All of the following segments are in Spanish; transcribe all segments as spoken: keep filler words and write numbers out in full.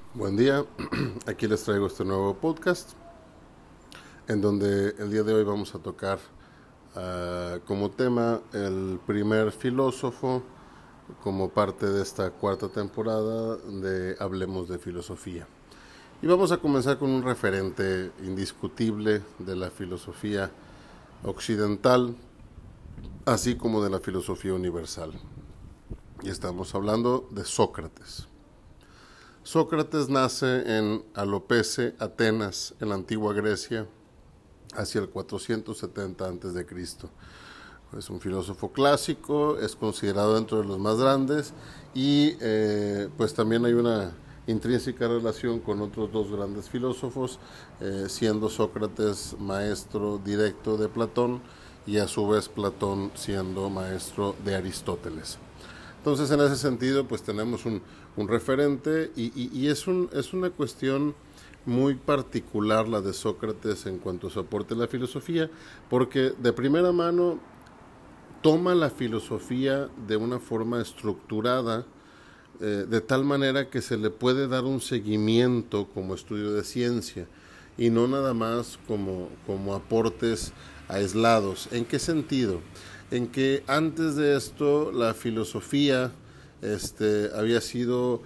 Buen día, aquí les traigo este nuevo podcast en donde el día de hoy vamos a tocar uh, como tema el primer filósofo como parte de esta cuarta temporada de Hablemos de Filosofía. Y vamos a comenzar con un referente indiscutible de la filosofía occidental, así como de la filosofía universal. Y estamos hablando de Sócrates. Sócrates nace en Alopece, Atenas, en la antigua Grecia, hacia el cuatrocientos setenta antes de Cristo. Es un filósofo clásico, es considerado dentro de los más grandes y eh, pues también hay una intrínseca relación con otros dos grandes filósofos, eh, siendo Sócrates maestro directo de Platón y a su vez Platón siendo maestro de Aristóteles. Entonces, en ese sentido, pues tenemos un, un referente y, y, y es, un, es una cuestión muy particular la de Sócrates en cuanto a su aporte a la filosofía, porque de primera mano toma la filosofía de una forma estructurada, eh, de tal manera que se le puede dar un seguimiento como estudio de ciencia y no nada más como, como aportes aislados. ¿En qué sentido? En que antes de esto la filosofía este, había sido,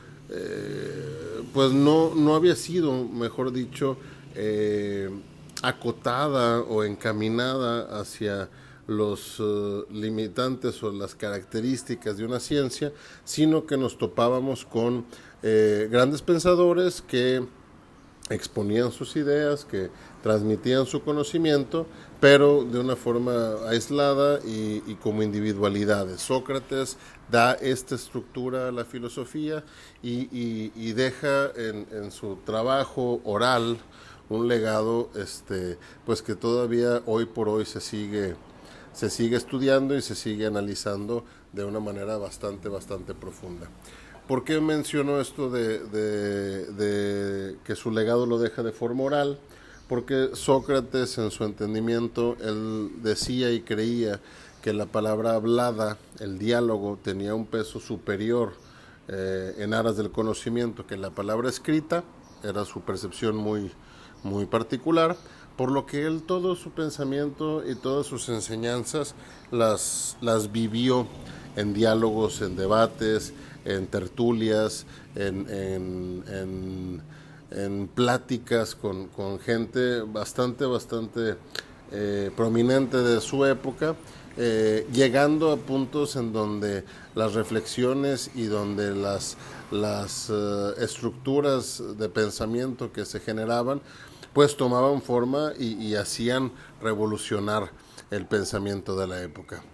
eh, pues no, no había sido, mejor dicho, eh, acotada o encaminada hacia los uh, limitantes o las características de una ciencia, sino que nos topábamos con eh, grandes pensadores que exponían sus ideas, que transmitían su conocimiento, pero de una forma aislada y, y como individualidades. Sócrates da esta estructura a la filosofía y, y, y deja en, en su trabajo oral un legado este, pues que todavía hoy por hoy se sigue, se sigue estudiando y se sigue analizando de una manera bastante, bastante profunda. ¿Por qué menciono esto de, de, de que su legado lo deja de forma oral? Porque Sócrates, en su entendimiento, él decía y creía que la palabra hablada, el diálogo, tenía un peso superior eh, en aras del conocimiento que la palabra escrita. Era su percepción muy, muy particular, por lo que él todo su pensamiento y todas sus enseñanzas las, las vivió en diálogos, en debates, en tertulias, en, en, en, en pláticas con, con gente bastante, bastante eh, prominente de su época, eh, llegando a puntos en donde las reflexiones y donde las, las uh, estructuras de pensamiento que se generaban, pues tomaban forma y, y hacían revolucionar el pensamiento de la época.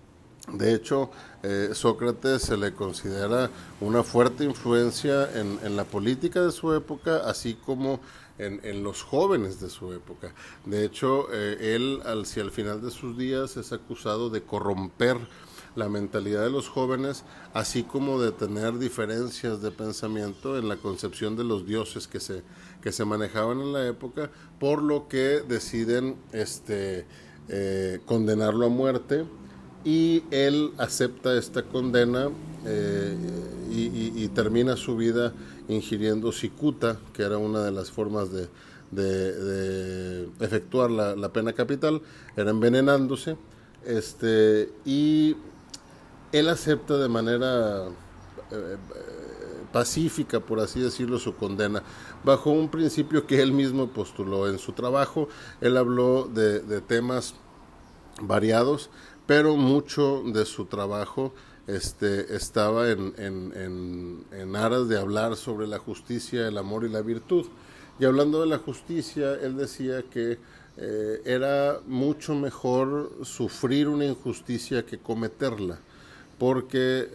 De hecho, eh, Sócrates se le considera una fuerte influencia en, en la política de su época, así como en, en los jóvenes de su época. De hecho, eh, él, hacia el final de sus días, es acusado de corromper la mentalidad de los jóvenes, así como de tener diferencias de pensamiento en la concepción de los dioses que se, que se manejaban en la época, por lo que deciden este, eh, condenarlo a muerte. Y él acepta esta condena eh, y, y, y termina su vida ingiriendo cicuta, que era una de las formas de, de, de efectuar la, la pena capital, era envenenándose, este, y él acepta de manera eh, pacífica, por así decirlo, su condena, bajo un principio que él mismo postuló. En su trabajo él habló de, de temas variados, pero mucho de su trabajo este, estaba en, en, en, en aras de hablar sobre la justicia, el amor y la virtud. Y hablando de la justicia, él decía que eh, era mucho mejor sufrir una injusticia que cometerla, porque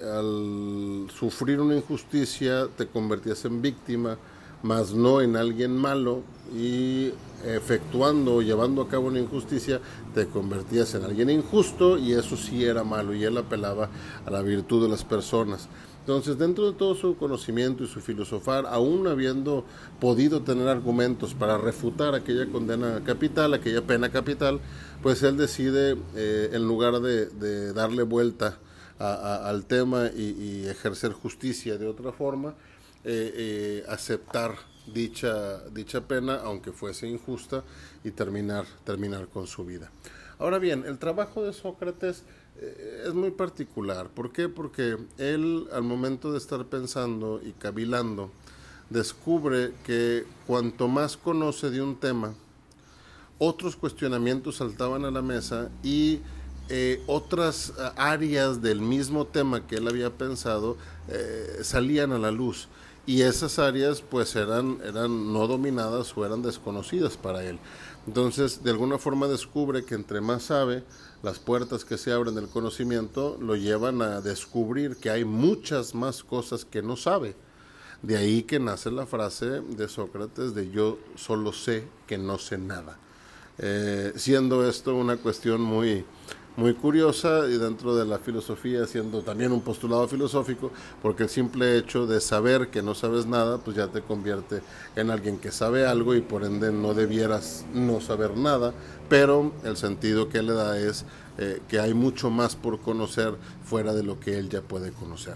al sufrir una injusticia te convertías en víctima, mas no en alguien malo, y efectuando o llevando a cabo una injusticia te convertías en alguien injusto, y eso sí era malo, y él apelaba a la virtud de las personas. Entonces, dentro de todo su conocimiento y su filosofar, aún habiendo podido tener argumentos para refutar aquella condena capital, aquella pena capital, pues él decide, eh, en lugar de, de darle vuelta a, a, al tema y, y ejercer justicia de otra forma, eh, eh, aceptar dicha, dicha pena, aunque fuese injusta, y terminar, terminar con su vida. Ahora bien, el trabajo de Sócrates eh, es muy particular. ¿Por qué? Porque él, al momento de estar pensando y cavilando, descubre que cuanto más conoce de un tema, otros cuestionamientos saltaban a la mesa y eh, otras áreas del mismo tema que él había pensado eh, salían a la luz, y esas áreas pues eran, eran no dominadas o eran desconocidas para él. Entonces, de alguna forma descubre que entre más sabe, las puertas que se abren del conocimiento lo llevan a descubrir que hay muchas más cosas que no sabe. De ahí que nace la frase de Sócrates de yo solo sé que no sé nada. Eh, siendo esto una cuestión muy, muy curiosa, y dentro de la filosofía siendo también un postulado filosófico, porque el simple hecho de saber que no sabes nada, pues ya te convierte en alguien que sabe algo, y por ende no debieras no saber nada, pero el sentido que le da es eh, que hay mucho más por conocer fuera de lo que él ya puede conocer.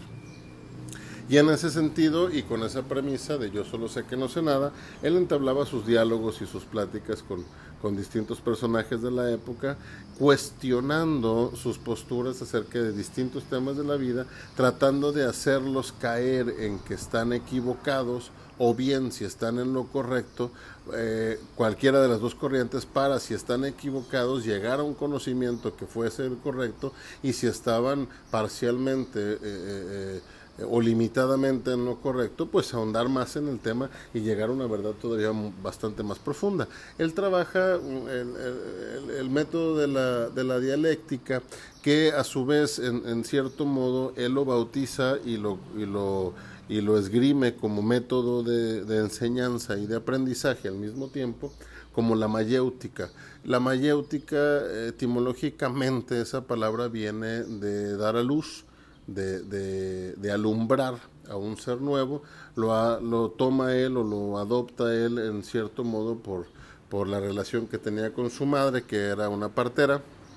Y en ese sentido, y con esa premisa de yo solo sé que no sé nada, él entablaba sus diálogos y sus pláticas con, con distintos personajes de la época, cuestionando sus posturas acerca de distintos temas de la vida, tratando de hacerlos caer en que están equivocados, o bien si están en lo correcto, eh, cualquiera de las dos corrientes, para, si están equivocados, llegar a un conocimiento que fuese el correcto, y si estaban parcialmente eh, eh, o limitadamente en lo correcto, pues ahondar más en el tema y llegar a una verdad todavía bastante más profunda. Él trabaja el, el, el método de la, de la dialéctica, que a su vez, en, en cierto modo, él lo bautiza y lo, y lo, y lo esgrime como método de, de enseñanza y de aprendizaje al mismo tiempo, como la mayéutica. La mayéutica, etimológicamente, esa palabra viene de dar a luz, De, de, de alumbrar a un ser nuevo. Lo, ha, lo toma él o lo adopta él en cierto modo por, por la relación que tenía con su madre, que era una partera,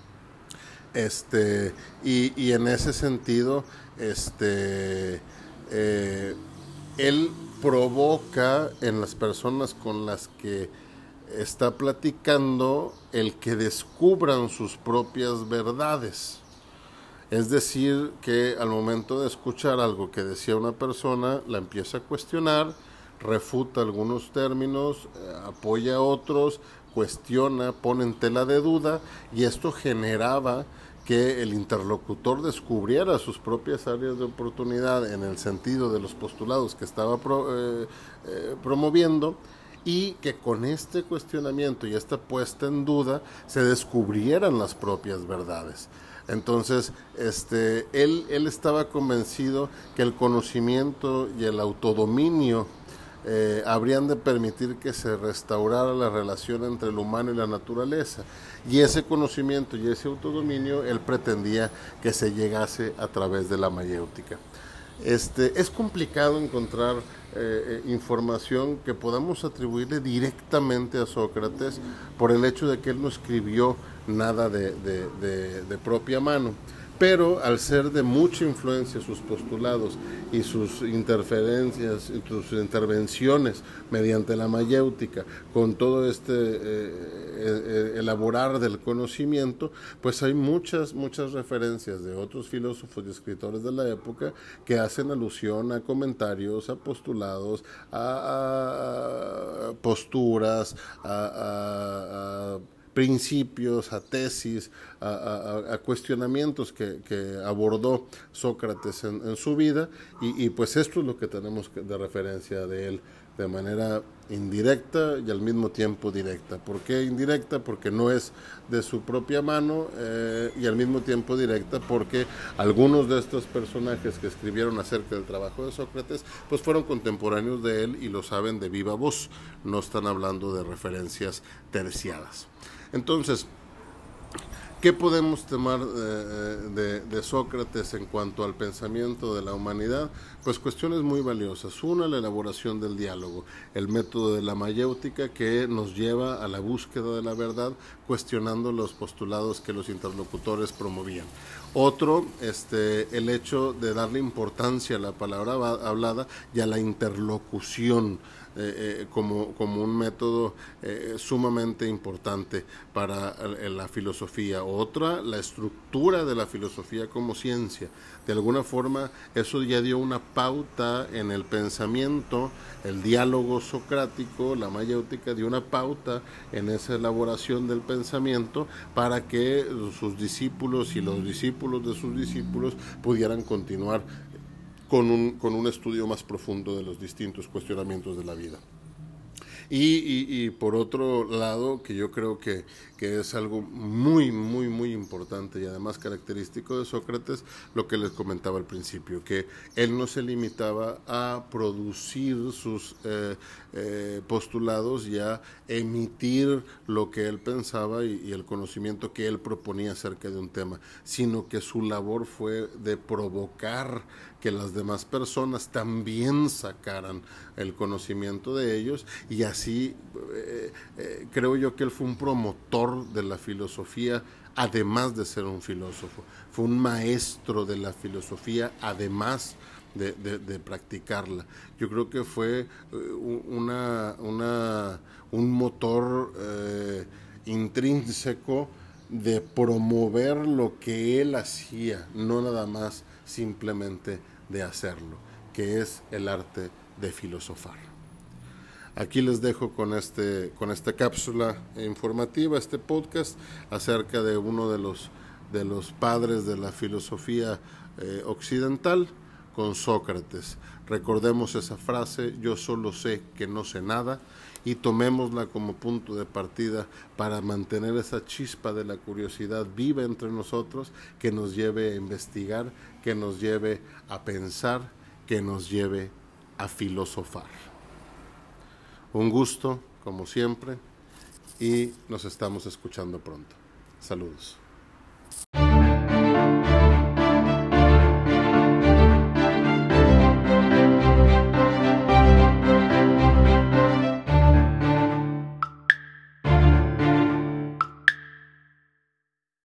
este, y, y en ese sentido este, eh, él provoca en las personas con las que está platicando el que descubran sus propias verdades. Es decir, que al momento de escuchar algo que decía una persona, la empieza a cuestionar, refuta algunos términos, eh, apoya a otros, cuestiona, pone en tela de duda, y esto generaba que el interlocutor descubriera sus propias áreas de oportunidad en el sentido de los postulados que estaba pro, eh, eh, promoviendo, y que con este cuestionamiento y esta puesta en duda se descubrieran las propias verdades. Entonces, este, él, él estaba convencido que el conocimiento y el autodominio eh, habrían de permitir que se restaurara la relación entre el humano y la naturaleza. Y ese conocimiento y ese autodominio él pretendía que se llegase a través de la mayéutica. Este, es complicado encontrar eh, información que podamos atribuirle directamente a Sócrates, por el hecho de que él no escribió nada de, de, de, de propia mano, pero al ser de mucha influencia sus postulados y sus interferencias y sus intervenciones mediante la mayéutica con todo este eh, eh, elaborar del conocimiento, pues hay muchas muchas referencias de otros filósofos y escritores de la época que hacen alusión a comentarios, a postulados, a, a posturas, a, a, a principios, a tesis, a, a, a cuestionamientos que, que abordó Sócrates en, en su vida, y, y pues esto es lo que tenemos de referencia de él de manera indirecta y al mismo tiempo directa. ¿Por qué indirecta? Porque no es de su propia mano, eh, y al mismo tiempo directa porque algunos de estos personajes que escribieron acerca del trabajo de Sócrates pues fueron contemporáneos de él y lo saben de viva voz, no están hablando de referencias terciadas. Entonces, ¿qué podemos tomar de, de, de Sócrates en cuanto al pensamiento de la humanidad? Pues cuestiones muy valiosas. Una, la elaboración del diálogo, el método de la mayéutica, que nos lleva a la búsqueda de la verdad, cuestionando los postulados que los interlocutores promovían. Otro, este, el hecho de darle importancia a la palabra hablada y a la interlocución eh, eh, como, como un método eh, sumamente importante para eh, la filosofía. Otra, la estructura de la filosofía como ciencia. De alguna forma, eso ya dio una pauta en el pensamiento, el diálogo socrático, la mayéutica dio una pauta en esa elaboración del pensamiento para que sus discípulos y los discípulos de sus discípulos pudieran continuar con un, con un estudio más profundo de los distintos cuestionamientos de la vida. Y, y, y por otro lado, que yo creo que, que es algo muy, muy, muy importante y además característico de Sócrates, lo que les comentaba al principio, que él no se limitaba a producir sus eh, eh, postulados y a emitir lo que él pensaba y, y el conocimiento que él proponía acerca de un tema, sino que su labor fue de provocar que las demás personas también sacaran el conocimiento de ellos, y así eh, eh, creo yo que él fue un promotor de la filosofía, además de ser un filósofo, fue un maestro de la filosofía, además de, de, de practicarla. Yo creo que fue eh, una, una, un motor eh, intrínseco de promover lo que él hacía, no nada más simplemente de hacerlo, que es el arte de filosofar. Aquí les dejo con, este, con esta cápsula informativa, este podcast acerca de uno de los, de los padres de la filosofía eh, occidental, con Sócrates. Recordemos esa frase: yo solo sé que no sé nada, y tomémosla como punto de partida para mantener esa chispa de la curiosidad viva entre nosotros, que nos lleve a investigar, que nos lleve a pensar, que nos lleve a filosofar. Un gusto, como siempre, y nos estamos escuchando pronto. Saludos.